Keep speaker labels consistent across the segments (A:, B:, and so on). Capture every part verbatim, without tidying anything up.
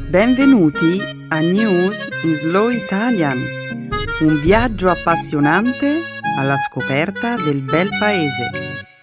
A: Benvenuti a News in Slow Italian, un viaggio appassionante alla scoperta del bel paese.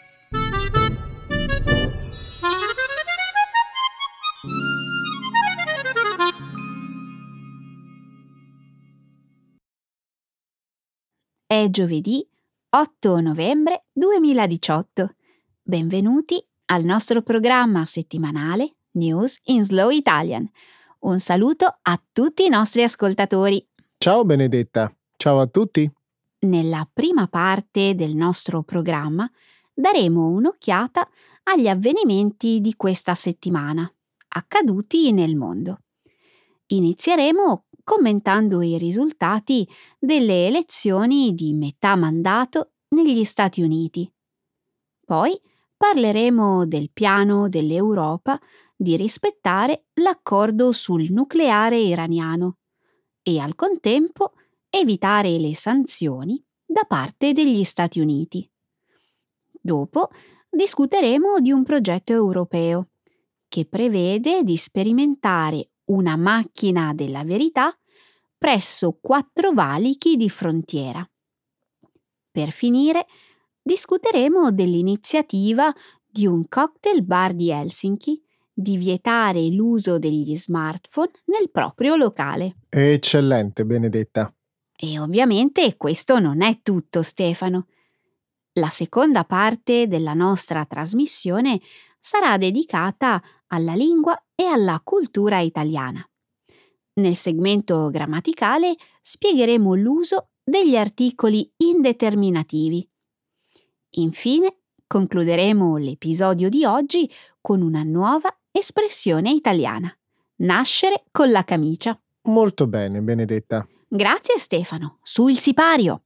B: È giovedì otto novembre duemiladiciotto. Benvenuti al nostro programma settimanale News in Slow Italian. Un saluto a tutti i nostri ascoltatori.
C: Ciao Benedetta, ciao a tutti.
B: Nella prima parte del nostro programma daremo un'occhiata agli avvenimenti di questa settimana, accaduti nel mondo. Inizieremo commentando i risultati delle elezioni di metà mandato negli Stati Uniti. Poi parleremo del piano dell'Europa di rispettare l'accordo sul nucleare iraniano e al contempo evitare le sanzioni da parte degli Stati Uniti. Dopo discuteremo di un progetto europeo che prevede di sperimentare una macchina della verità presso quattro valichi di frontiera. Per finire, discuteremo dell'iniziativa di un cocktail bar di Helsinki di vietare l'uso degli smartphone nel proprio locale.
C: Eccellente, Benedetta.
B: E ovviamente questo non è tutto, Stefano. La seconda parte della nostra trasmissione sarà dedicata alla lingua e alla cultura italiana. Nel segmento grammaticale spiegheremo l'uso degli articoli indeterminativi. Infine, concluderemo l'episodio di oggi con una nuova espressione italiana: nascere con la camicia.
C: Molto bene, Benedetta.
B: Grazie Stefano, su il sipario!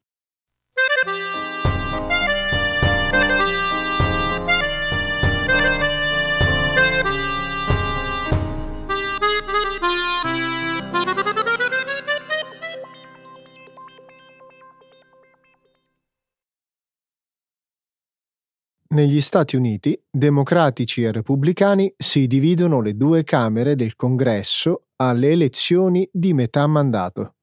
C: Negli Stati Uniti, democratici e repubblicani si dividono le due camere del Congresso alle elezioni di metà mandato.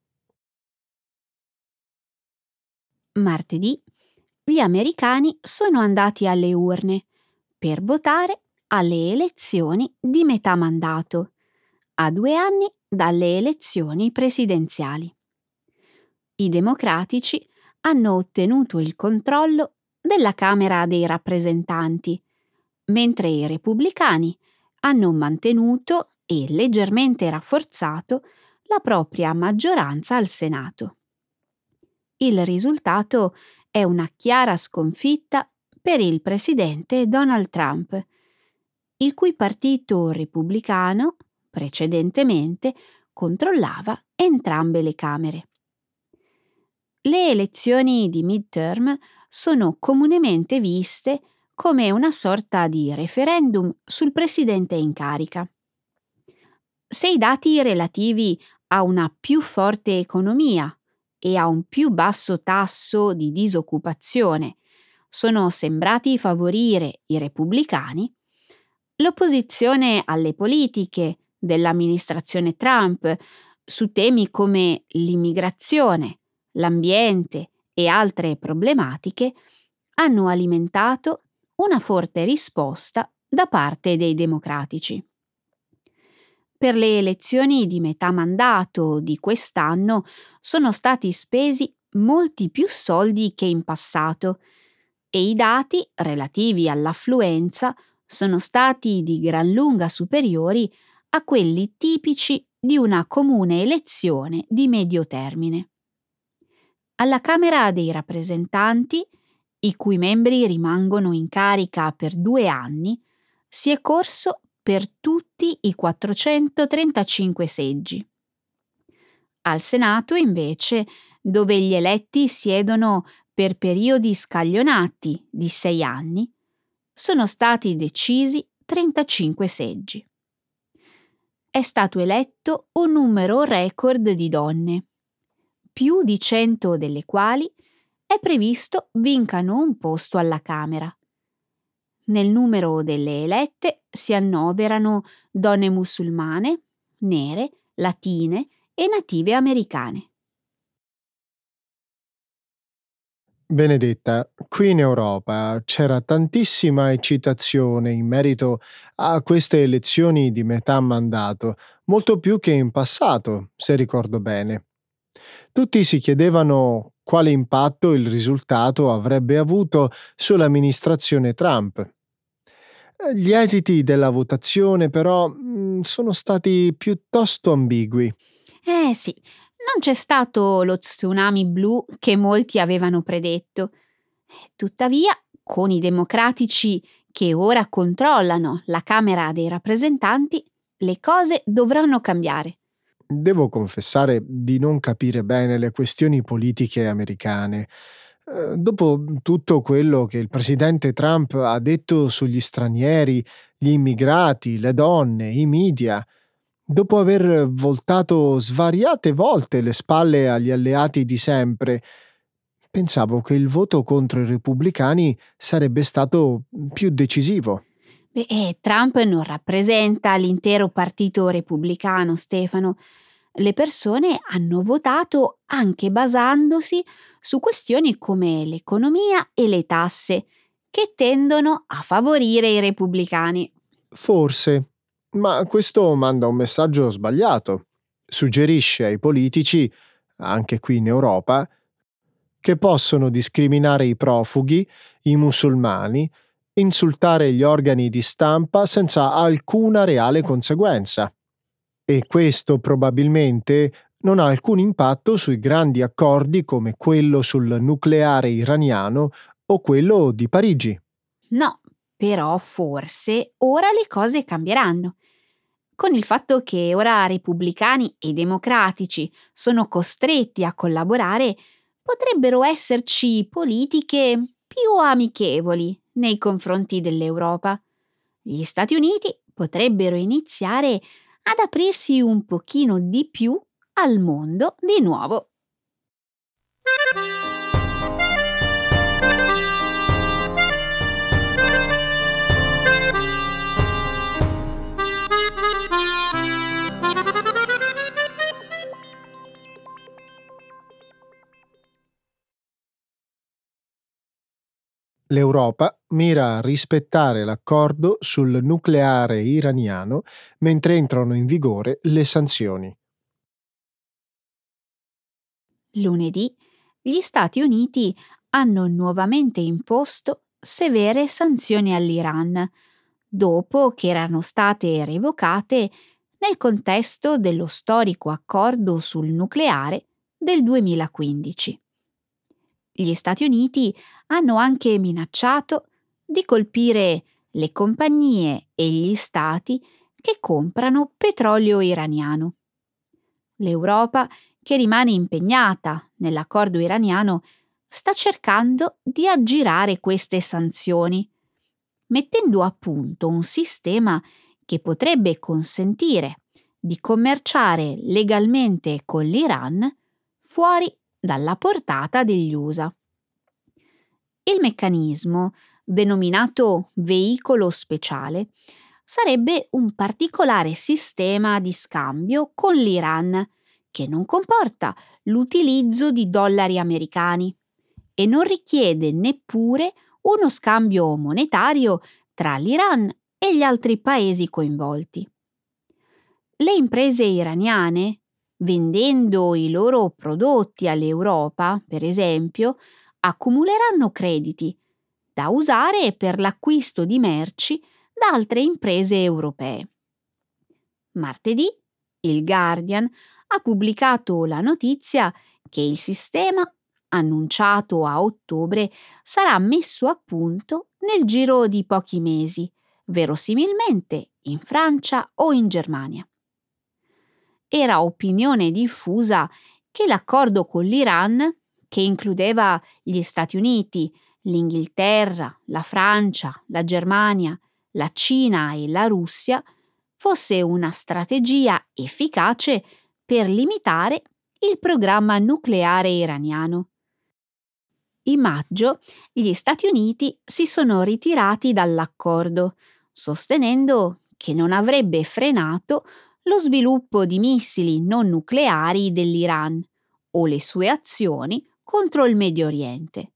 B: Martedì, gli americani sono andati alle urne per votare alle elezioni di metà mandato, a due anni dalle elezioni presidenziali. I democratici hanno ottenuto il controllo della Camera dei rappresentanti, mentre i repubblicani hanno mantenuto e leggermente rafforzato la propria maggioranza al Senato. Il risultato è una chiara sconfitta per il presidente Donald Trump, il cui partito repubblicano precedentemente controllava entrambe le Camere. Le elezioni di midterm sono comunemente viste come una sorta di referendum sul presidente in carica. Se i dati relativi a una più forte economia e a un più basso tasso di disoccupazione sono sembrati favorire i repubblicani, l'opposizione alle politiche dell'amministrazione Trump su temi come l'immigrazione, l'ambiente e altre problematiche hanno alimentato una forte risposta da parte dei democratici. Per le elezioni di metà mandato di quest'anno sono stati spesi molti più soldi che in passato e i dati relativi all'affluenza sono stati di gran lunga superiori a quelli tipici di una comune elezione di medio termine. Alla Camera dei rappresentanti, i cui membri rimangono in carica per due anni, si è corso per tutti i quattrocentotrentacinque seggi. Al Senato, invece, dove gli eletti siedono per periodi scaglionati di sei anni, sono stati decisi trentacinque seggi. È stato eletto un numero record di donne, più di cento delle quali è previsto vincano un posto alla Camera. Nel numero delle elette si annoverano donne musulmane, nere, latine e native americane.
C: Benedetta, qui in Europa c'era tantissima eccitazione in merito a queste elezioni di metà mandato, molto più che in passato, se ricordo bene. Tutti si chiedevano quale impatto il risultato avrebbe avuto sull'amministrazione Trump. Eh, Gli esiti della votazione, però, mh, sono stati piuttosto ambigui.
B: Eh sì, non c'è stato lo tsunami blu che molti avevano predetto. Tuttavia, con i democratici che ora controllano la Camera dei rappresentanti, le cose dovranno cambiare.
C: Devo confessare di non capire bene le questioni politiche americane. Eh, Dopo tutto quello che il presidente Trump ha detto sugli stranieri, gli immigrati, le donne, i media, dopo aver voltato svariate volte le spalle agli alleati di sempre, pensavo che il voto contro i repubblicani sarebbe stato più decisivo.
B: Beh, eh, Trump non rappresenta l'intero partito repubblicano, Stefano. Le persone hanno votato anche basandosi su questioni come l'economia e le tasse, che tendono a favorire i repubblicani.
C: Forse, ma questo manda un messaggio sbagliato. Suggerisce ai politici, anche qui in Europa, che possono discriminare i profughi, i musulmani, insultare gli organi di stampa senza alcuna reale conseguenza. E questo probabilmente non ha alcun impatto sui grandi accordi come quello sul nucleare iraniano o quello di Parigi.
B: No, però forse ora le cose cambieranno. Con il fatto che ora repubblicani e democratici sono costretti a collaborare, potrebbero esserci politiche più amichevoli nei confronti dell'Europa. Gli Stati Uniti potrebbero iniziare ad aprirsi un pochino di più al mondo di nuovo.
C: L'Europa mira a rispettare l'accordo sul nucleare iraniano mentre entrano in vigore le sanzioni.
B: Lunedì, gli Stati Uniti hanno nuovamente imposto severe sanzioni all'Iran, dopo che erano state revocate nel contesto dello storico accordo sul nucleare del duemilaquindici. Gli Stati Uniti hanno anche minacciato di colpire le compagnie e gli stati che comprano petrolio iraniano. L'Europa, che rimane impegnata nell'accordo iraniano, sta cercando di aggirare queste sanzioni, mettendo a punto un sistema che potrebbe consentire di commerciare legalmente con l'Iran fuori dalla portata degli U S A. Il meccanismo, denominato veicolo speciale, sarebbe un particolare sistema di scambio con l'Iran che non comporta l'utilizzo di dollari americani e non richiede neppure uno scambio monetario tra l'Iran e gli altri paesi coinvolti. Le imprese iraniane, vendendo i loro prodotti all'Europa, per esempio, accumuleranno crediti da usare per l'acquisto di merci da altre imprese europee. Martedì, il Guardian ha pubblicato la notizia che il sistema, annunciato a ottobre, sarà messo a punto nel giro di pochi mesi, verosimilmente in Francia o in Germania. Era opinione diffusa che l'accordo con l'Iran, che includeva gli Stati Uniti, l'Inghilterra, la Francia, la Germania, la Cina e la Russia, fosse una strategia efficace per limitare il programma nucleare iraniano. In maggio gli Stati Uniti si sono ritirati dall'accordo, sostenendo che non avrebbe frenato lo sviluppo di missili non nucleari dell'Iran o le sue azioni contro il Medio Oriente.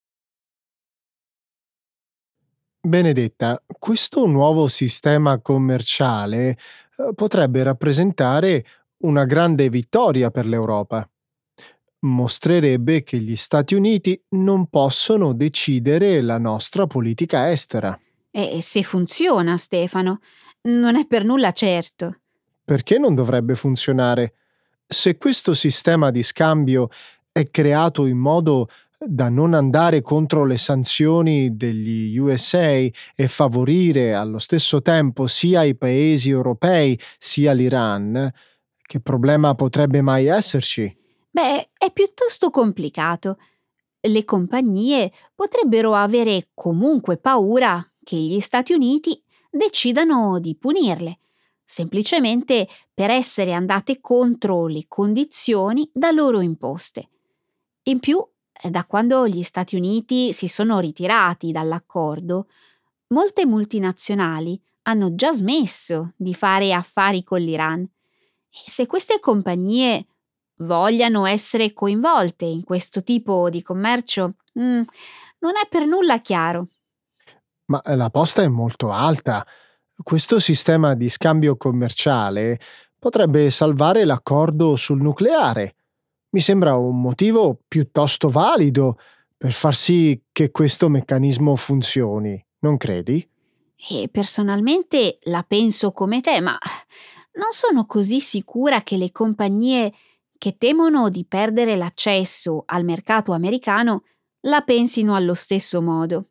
C: Benedetta, questo nuovo sistema commerciale eh, potrebbe rappresentare una grande vittoria per l'Europa. Mostrerebbe che gli Stati Uniti non possono decidere la nostra politica estera.
B: E se funziona, Stefano, non è per nulla certo.
C: Perché non dovrebbe funzionare? Se questo sistema di scambio è creato in modo da non andare contro le sanzioni degli U S A e favorire allo stesso tempo sia i paesi europei sia l'Iran, che problema potrebbe mai esserci?
B: Beh, è piuttosto complicato. Le compagnie potrebbero avere comunque paura che gli Stati Uniti decidano di punirle, semplicemente per essere andate contro le condizioni da loro imposte. In più, eh, da quando gli Stati Uniti si sono ritirati dall'accordo, molte multinazionali hanno già smesso di fare affari con l'Iran. E se queste compagnie vogliano essere coinvolte in questo tipo di commercio, mm, non è per nulla chiaro.
C: Ma la posta è molto alta. Questo sistema di scambio commerciale potrebbe salvare l'accordo sul nucleare. Mi sembra un motivo piuttosto valido per far sì che questo meccanismo funzioni, non credi?
B: E personalmente la penso come te, ma non sono così sicura che le compagnie che temono di perdere l'accesso al mercato americano la pensino allo stesso modo.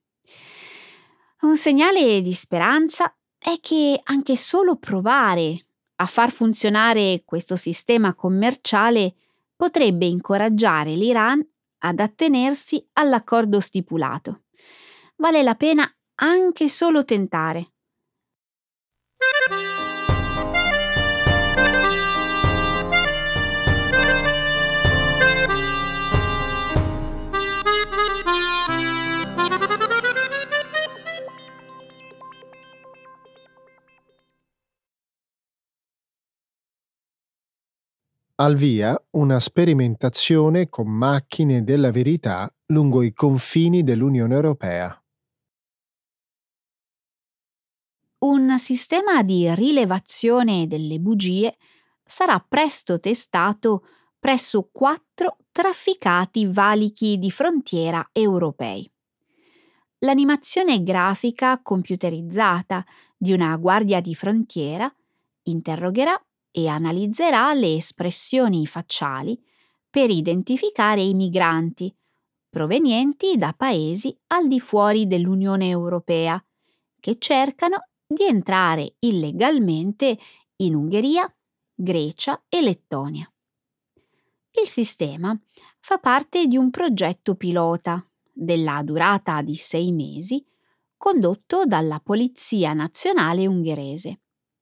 B: Un segnale di speranza è che anche solo provare a far funzionare questo sistema commerciale potrebbe incoraggiare l'Iran ad attenersi all'accordo stipulato. Vale la pena anche solo tentare.
C: Al via una sperimentazione con macchine della verità lungo i confini dell'Unione Europea.
B: Un sistema di rilevazione delle bugie sarà presto testato presso quattro trafficati valichi di frontiera europei. L'animazione grafica computerizzata di una guardia di frontiera interrogherà e analizzerà le espressioni facciali per identificare i migranti provenienti da paesi al di fuori dell'Unione Europea che cercano di entrare illegalmente in Ungheria, Grecia e Lettonia. Il sistema fa parte di un progetto pilota della durata di sei mesi condotto dalla Polizia Nazionale ungherese.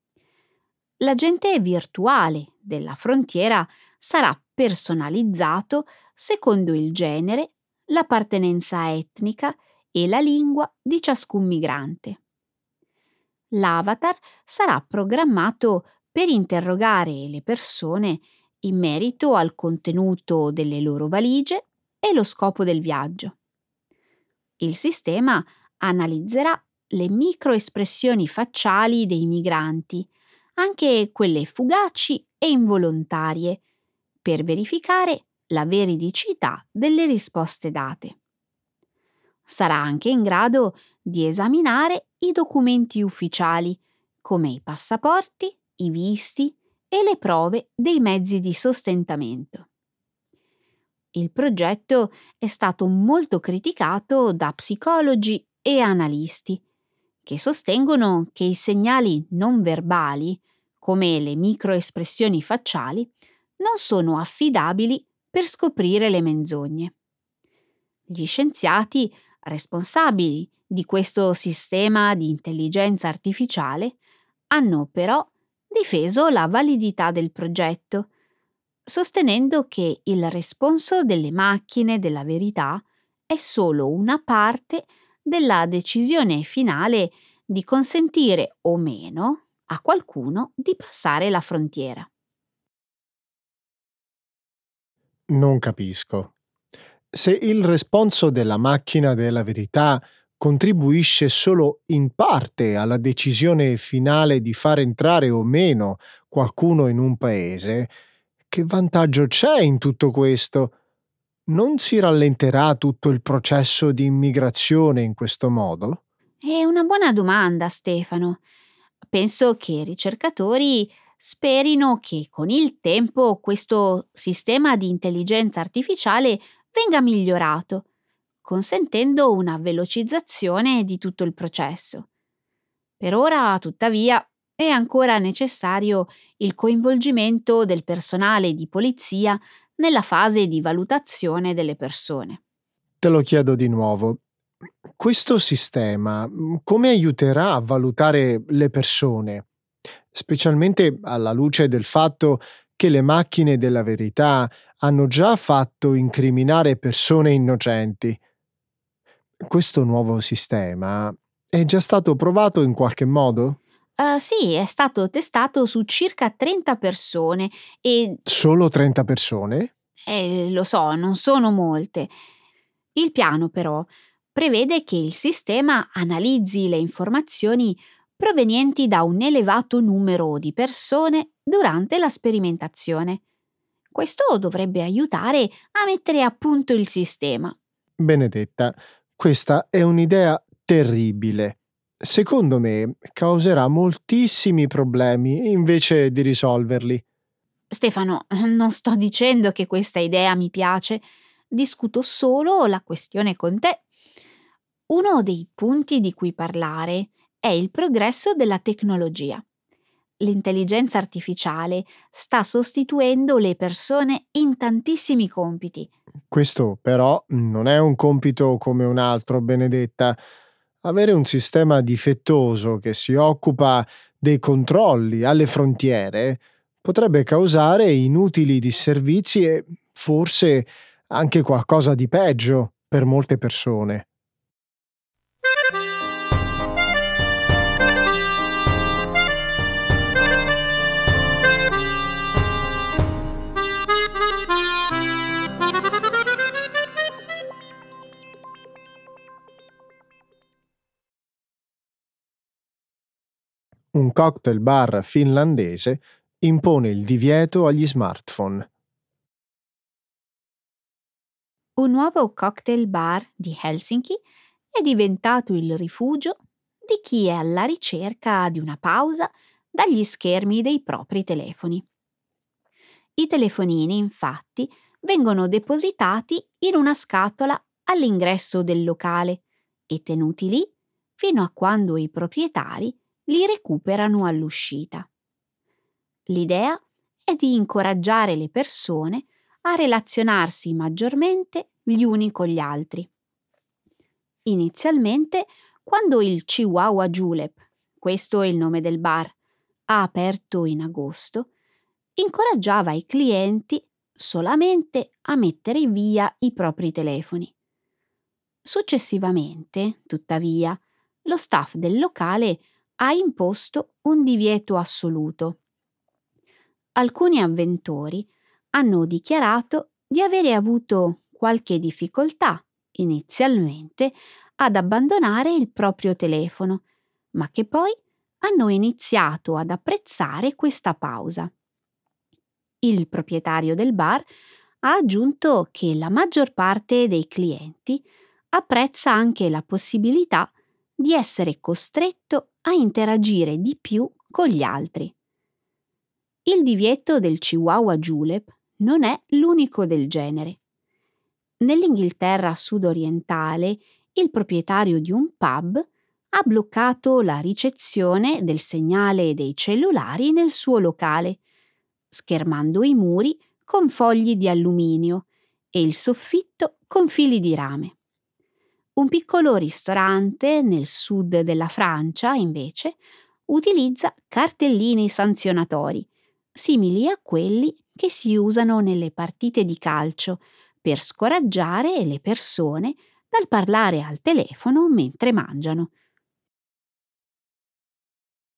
B: L'agente virtuale della frontiera sarà personalizzato secondo il genere, l'appartenenza etnica e la lingua di ciascun migrante. L'avatar sarà programmato per interrogare le persone in merito al contenuto delle loro valigie e lo scopo del viaggio. Il sistema analizzerà le microespressioni facciali dei migranti, anche quelle fugaci e involontarie, per verificare la veridicità delle risposte date. Sarà anche in grado di esaminare i documenti ufficiali, come i passaporti, i visti e le prove dei mezzi di sostentamento. Il progetto è stato molto criticato da psicologi e analisti, che sostengono che i segnali non verbali, come le microespressioni facciali, non sono affidabili per scoprire le menzogne. Gli scienziati responsabili di questo sistema di intelligenza artificiale hanno però difeso la validità del progetto, sostenendo che il responso delle macchine della verità è solo una parte della decisione finale di consentire o meno a qualcuno di passare la frontiera.
C: Non capisco. Se il responso della macchina della verità contribuisce solo in parte alla decisione finale di far entrare o meno qualcuno in un paese, che vantaggio c'è in tutto questo? Non si rallenterà tutto il processo di immigrazione in questo modo?
B: È una buona domanda, Stefano. Penso che i ricercatori sperino che con il tempo questo sistema di intelligenza artificiale venga migliorato, consentendo una velocizzazione di tutto il processo. Per ora, tuttavia, è ancora necessario il coinvolgimento del personale di polizia nella fase di valutazione delle persone.
C: Te lo chiedo di nuovo. Questo sistema mm, come aiuterà a valutare le persone, specialmente alla luce del fatto che le macchine della verità hanno già fatto incriminare persone innocenti? Questo nuovo sistema è già stato provato in qualche modo?
B: Eh, sì, è stato testato su circa trenta persone e,
C: Solo trenta persone?
B: eh, lo so, non sono molte. Il piano, però, prevede che il sistema analizzi le informazioni provenienti da un elevato numero di persone durante la sperimentazione. Questo dovrebbe aiutare a mettere a punto il sistema.
C: Benedetta, questa è un'idea terribile. Secondo me causerà moltissimi problemi invece di risolverli.
B: Stefano, non sto dicendo che questa idea mi piace, discuto solo la questione con te. Uno dei punti di cui parlare è il progresso della tecnologia. L'intelligenza artificiale sta sostituendo le persone in tantissimi compiti.
C: Questo però non è un compito come un altro, Benedetta. Avere un sistema difettoso che si occupa dei controlli alle frontiere potrebbe causare inutili disservizi e forse anche qualcosa di peggio per molte persone. Un cocktail bar finlandese impone il divieto agli smartphone.
B: Un nuovo cocktail bar di Helsinki è diventato il rifugio di chi è alla ricerca di una pausa dagli schermi dei propri telefoni. I telefonini, infatti, vengono depositati in una scatola all'ingresso del locale e tenuti lì fino a quando i proprietari li recuperano all'uscita. L'idea è di incoraggiare le persone a relazionarsi maggiormente gli uni con gli altri. Inizialmente, quando il Chihuahua Julep, questo è il nome del bar, ha aperto in agosto, incoraggiava i clienti solamente a mettere via i propri telefoni. Successivamente, tuttavia, lo staff del locale ha imposto un divieto assoluto. Alcuni avventori hanno dichiarato di avere avuto qualche difficoltà inizialmente ad abbandonare il proprio telefono, ma che poi hanno iniziato ad apprezzare questa pausa. Il proprietario del bar ha aggiunto che la maggior parte dei clienti apprezza anche la possibilità di essere costretto a interagire di più con gli altri. Il divieto del Chihuahua Julep non è l'unico del genere. Nell'Inghilterra sudorientale, il proprietario di un pub ha bloccato la ricezione del segnale dei cellulari nel suo locale, schermando i muri con fogli di alluminio e il soffitto con fili di rame. Un piccolo ristorante nel sud della Francia, invece, utilizza cartellini sanzionatori, simili a quelli che si usano nelle partite di calcio per scoraggiare le persone dal parlare al telefono mentre mangiano.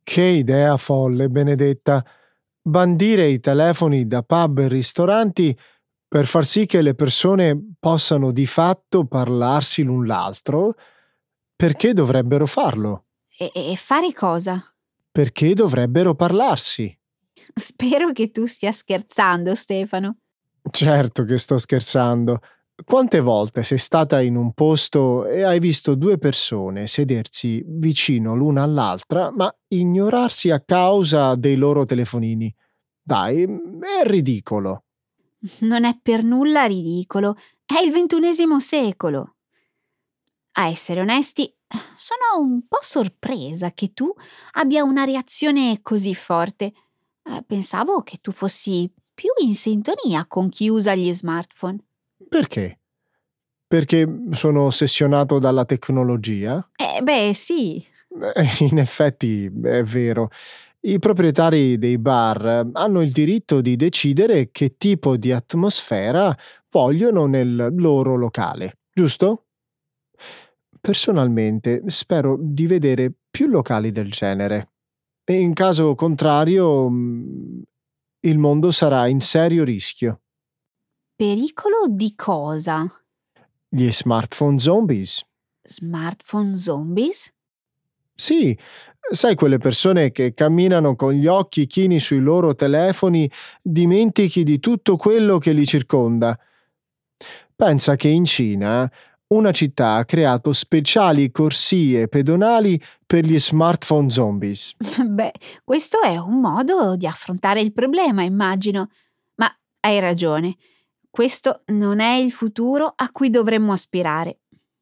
C: Che idea folle, Benedetta. Bandire i telefoni da pub e ristoranti per far sì che le persone possano di fatto parlarsi l'un l'altro? Perché dovrebbero farlo?
B: E, e fare cosa?
C: Perché dovrebbero parlarsi?
B: Spero che tu stia scherzando, Stefano.
C: Certo che sto scherzando. Quante volte sei stata in un posto e hai visto due persone sedersi vicino l'una all'altra, ma ignorarsi a causa dei loro telefonini? Dai, è ridicolo.
B: Non è per nulla ridicolo. È il ventunesimo secolo. A essere onesti, sono un po' sorpresa che tu abbia una reazione così forte. Eh, pensavo che tu fossi più in sintonia con chi usa gli smartphone.
C: Perché? Perché sono ossessionato dalla tecnologia?
B: Eh, beh, sì.
C: Eh, In effetti è vero. I proprietari dei bar hanno il diritto di decidere che tipo di atmosfera vogliono nel loro locale, giusto? Personalmente spero di vedere più locali del genere. E in caso contrario, mm, il mondo sarà in serio rischio.
B: Pericolo di cosa?
C: Gli smartphone zombies.
B: Smartphone zombies?
C: Sì, sai quelle persone che camminano con gli occhi chini sui loro telefoni, dimentichi di tutto quello che li circonda. Pensa che in Cina una città ha creato speciali corsie pedonali per gli smartphone zombies.
B: Beh, questo è un modo di affrontare il problema, immagino. Ma hai ragione. Questo non è il futuro a cui dovremmo aspirare.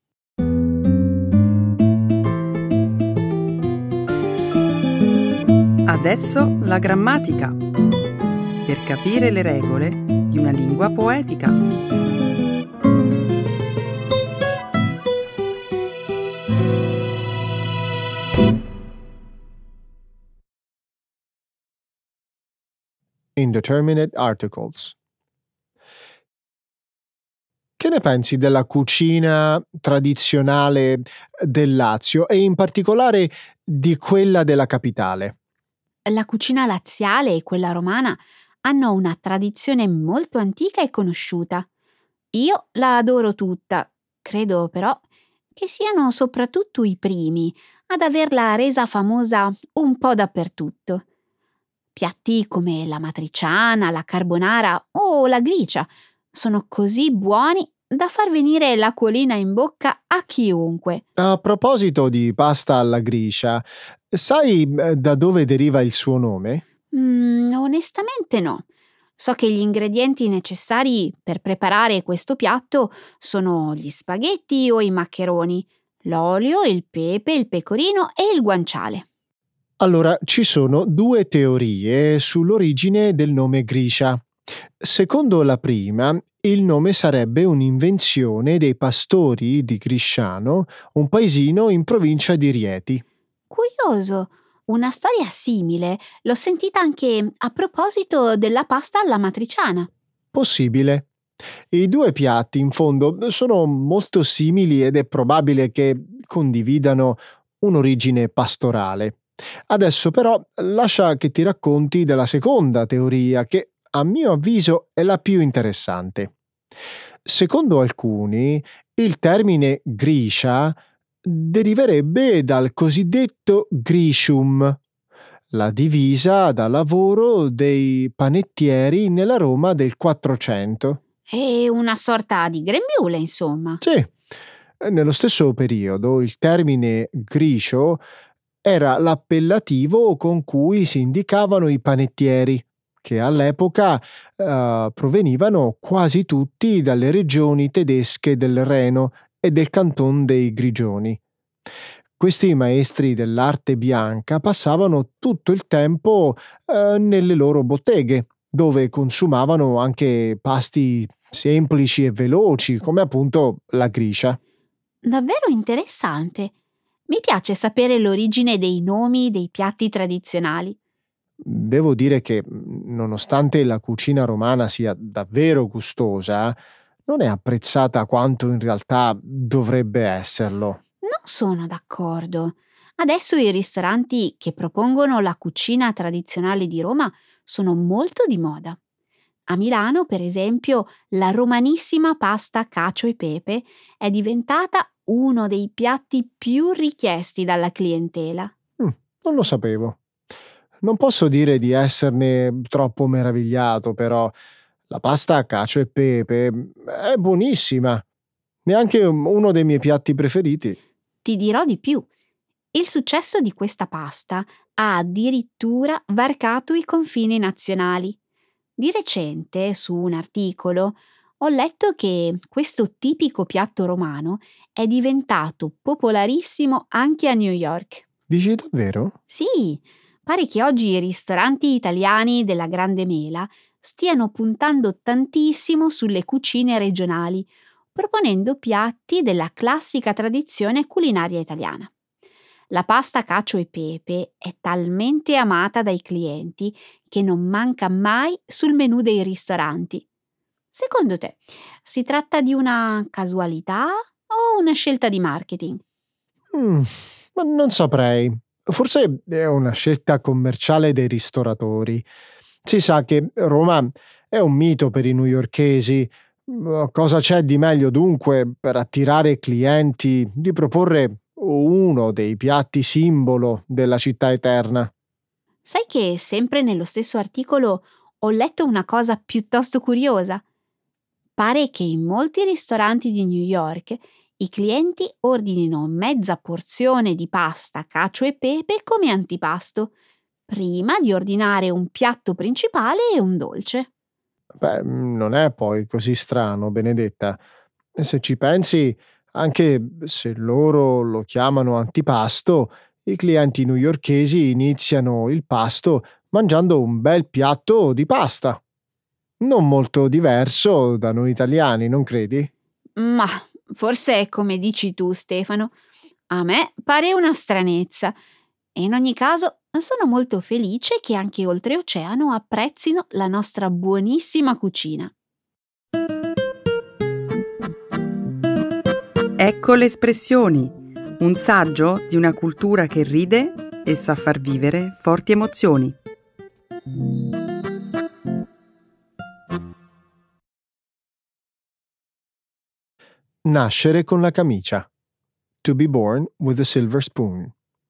A: Adesso la grammatica. Per capire le regole di una lingua poetica.
C: Indeterminate articles. Che ne pensi della cucina tradizionale del Lazio e in particolare di quella della capitale?
B: La cucina laziale e quella romana hanno una tradizione molto antica e conosciuta. Io la adoro tutta, credo però che siano soprattutto i primi ad averla resa famosa un po' dappertutto. Piatti come la matriciana, la carbonara o la gricia sono così buoni da far venire l'acquolina in bocca a chiunque.
C: A proposito di pasta alla gricia, sai eh, da dove deriva il suo nome?
B: Mm, onestamente no. So che gli ingredienti necessari per preparare questo piatto sono gli spaghetti o i maccheroni, l'olio, il pepe, il pecorino e il guanciale.
C: Allora, ci sono due teorie sull'origine del nome Grisha. Secondo la prima, il nome sarebbe un'invenzione dei pastori di Grisciano, un paesino in provincia di Rieti.
B: Curioso, una storia simile l'ho sentita anche a proposito della pasta alla matriciana.
C: Possibile. I due piatti, in fondo, sono molto simili ed è probabile che condividano un'origine pastorale. Adesso però lascia che ti racconti della seconda teoria, che a mio avviso è la più interessante. Secondo alcuni, il termine Grisha deriverebbe dal cosiddetto gricium, la divisa da lavoro dei panettieri nella Roma del Quattrocento.
B: È una sorta di grembiule, insomma.
C: Sì, nello stesso periodo il termine gricio era l'appellativo con cui si indicavano i panettieri, che all'epoca eh, provenivano quasi tutti dalle regioni tedesche del Reno e del canton dei Grigioni. Questi maestri dell'arte bianca passavano tutto il tempo eh, nelle loro botteghe, dove consumavano anche pasti semplici e veloci, come appunto la gricia.
B: Davvero interessante. Mi piace sapere l'origine dei nomi dei piatti tradizionali.
C: Devo dire che, nonostante la cucina romana sia davvero gustosa, non è apprezzata quanto in realtà dovrebbe esserlo.
B: Non sono d'accordo. Adesso i ristoranti che propongono la cucina tradizionale di Roma sono molto di moda. A Milano, per esempio, la romanissima pasta cacio e pepe è diventata uno dei piatti più richiesti dalla clientela.
C: Mm, non lo sapevo. Non posso dire di esserne troppo meravigliato, però la pasta cacio e pepe mm, è buonissima. Neanche um, uno dei miei piatti preferiti.
B: Ti dirò di più. Il successo di questa pasta ha addirittura varcato i confini nazionali. Di recente, su un articolo, ho letto che questo tipico piatto romano è diventato popolarissimo anche a New York.
C: Dici davvero?
B: Sì, pare che oggi i ristoranti italiani della Grande Mela stiano puntando tantissimo sulle cucine regionali, proponendo piatti della classica tradizione culinaria italiana. La pasta cacio e pepe è talmente amata dai clienti che non manca mai sul menù dei ristoranti. Secondo te, si tratta di una casualità o una scelta di marketing?
C: Mm, ma non saprei. Forse è una scelta commerciale dei ristoratori. Si sa che Roma è un mito per i newyorkesi. Mm, Cosa c'è di meglio dunque per attirare clienti di proporre uno dei piatti simbolo della città eterna?
B: Sai che sempre nello stesso articolo ho letto una cosa piuttosto curiosa. Pare che in molti ristoranti di New York i clienti ordinino mezza porzione di pasta, cacio e pepe come antipasto, prima di ordinare un piatto principale e un dolce.
C: Beh, mm, non è poi così strano, Benedetta. Se ci pensi, anche se loro lo chiamano antipasto, i clienti newyorkesi iniziano il pasto mangiando un bel piatto di pasta. Non molto diverso da noi italiani, non credi?
B: Ma forse è come dici tu, Stefano. A me pare una stranezza. E in ogni caso sono molto felice che anche oltreoceano apprezzino la nostra buonissima cucina.
A: Ecco le espressioni, un saggio di una cultura che ride e sa far vivere forti emozioni.
C: Nascere con la camicia. To be born with a silver spoon.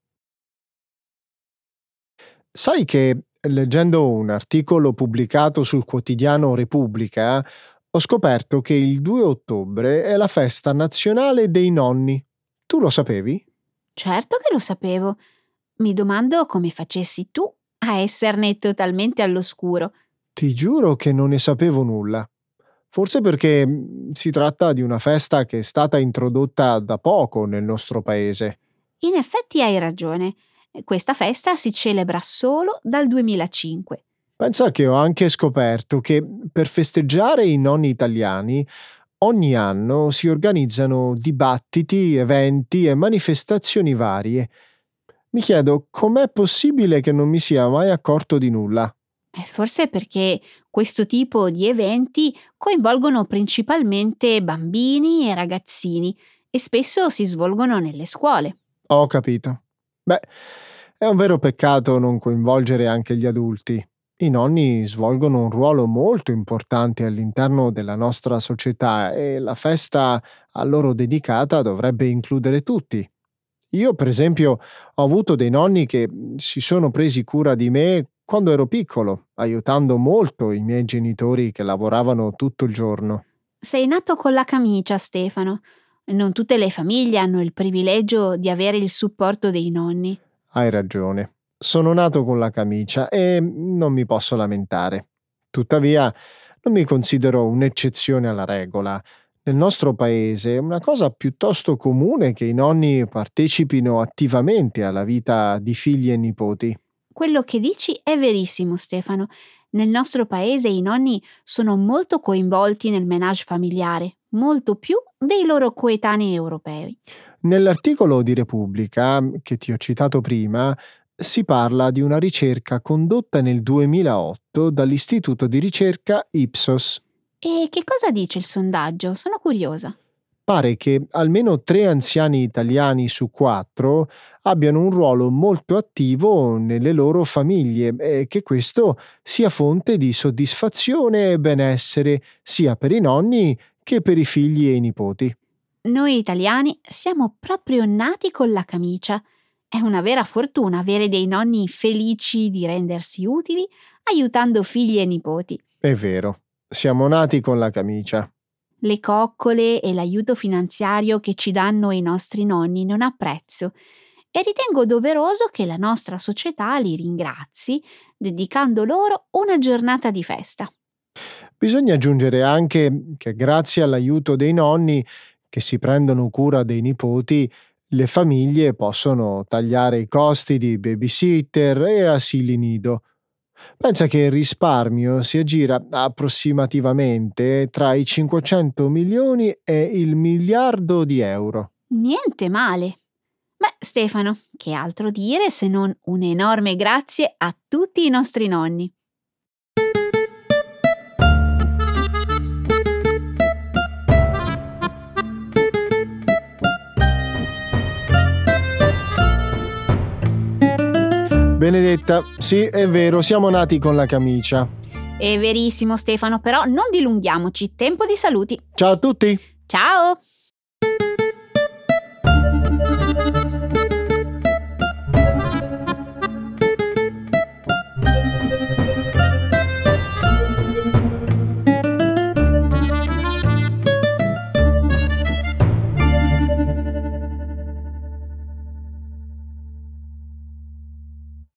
C: Sai che, leggendo un articolo pubblicato sul quotidiano Repubblica, ho scoperto che il due ottobre è la festa nazionale dei nonni. Tu lo sapevi?
B: Certo che lo sapevo. Mi domando come facessi tu a esserne totalmente all'oscuro.
C: Ti giuro che non ne sapevo nulla. Forse perché mm, si tratta di una festa che è stata introdotta da poco nel nostro paese.
B: In effetti hai ragione. Questa festa si celebra solo dal duemilacinque.
C: Pensa che ho anche scoperto che per festeggiare i nonni italiani ogni anno si organizzano dibattiti, eventi e manifestazioni varie. Mi chiedo com'è possibile che non mi sia mai accorto di nulla.
B: Eh, Forse perché questo tipo di eventi coinvolgono principalmente bambini e ragazzini e spesso si svolgono nelle scuole.
C: Ho capito. Beh, è un vero peccato non coinvolgere anche gli adulti. I nonni svolgono un ruolo molto importante all'interno della nostra società e la festa a loro dedicata dovrebbe includere tutti. Io, per esempio, ho avuto dei nonni che mh, si sono presi cura di me quando ero piccolo, aiutando molto i miei genitori che lavoravano tutto il giorno.
B: Sei nato con la camicia, Stefano. Non tutte le famiglie hanno il privilegio di avere il supporto dei nonni.
C: Hai ragione. Sono nato con la camicia e non mi posso lamentare. Tuttavia, non mi considero un'eccezione alla regola. Nel nostro paese è una cosa piuttosto comune che i nonni partecipino attivamente alla vita di figli e nipoti.
B: Quello che dici è verissimo, Stefano. Nel nostro paese i nonni sono molto coinvolti nel ménage familiare, molto più dei loro coetanei europei.
C: Nell'articolo di Repubblica, che ti ho citato prima, si parla di una ricerca condotta nel duemilaotto dall'istituto di ricerca Ipsos.
B: E che cosa dice il sondaggio? Sono curiosa.
C: pare che almeno tre anziani italiani su quattro abbiano un ruolo molto attivo nelle loro famiglie e che questo sia fonte di soddisfazione e benessere sia per i nonni che per i figli e i nipoti.
B: Noi italiani siamo proprio nati con la camicia. È una vera fortuna avere dei nonni felici di rendersi utili, aiutando figli e nipoti.
C: È vero, siamo nati con la camicia.
B: Le coccole e l'aiuto finanziario che ci danno i nostri nonni non ha prezzo e ritengo doveroso che la nostra società li ringrazi, dedicando loro una giornata di festa.
C: Bisogna aggiungere anche che grazie all'aiuto dei nonni che si prendono cura dei nipoti, le famiglie possono tagliare i costi di babysitter e asili nido. Pensa che il risparmio si aggira approssimativamente tra i cinquecento milioni e il miliardo di euro.
B: Niente male. Beh, Stefano, che altro dire se non un enorme grazie a tutti i nostri nonni.
C: Benedetta, sì, è vero, siamo nati con la camicia.
B: È verissimo, Stefano, però non dilunghiamoci. Tempo di saluti.
C: Ciao a tutti!
B: Ciao!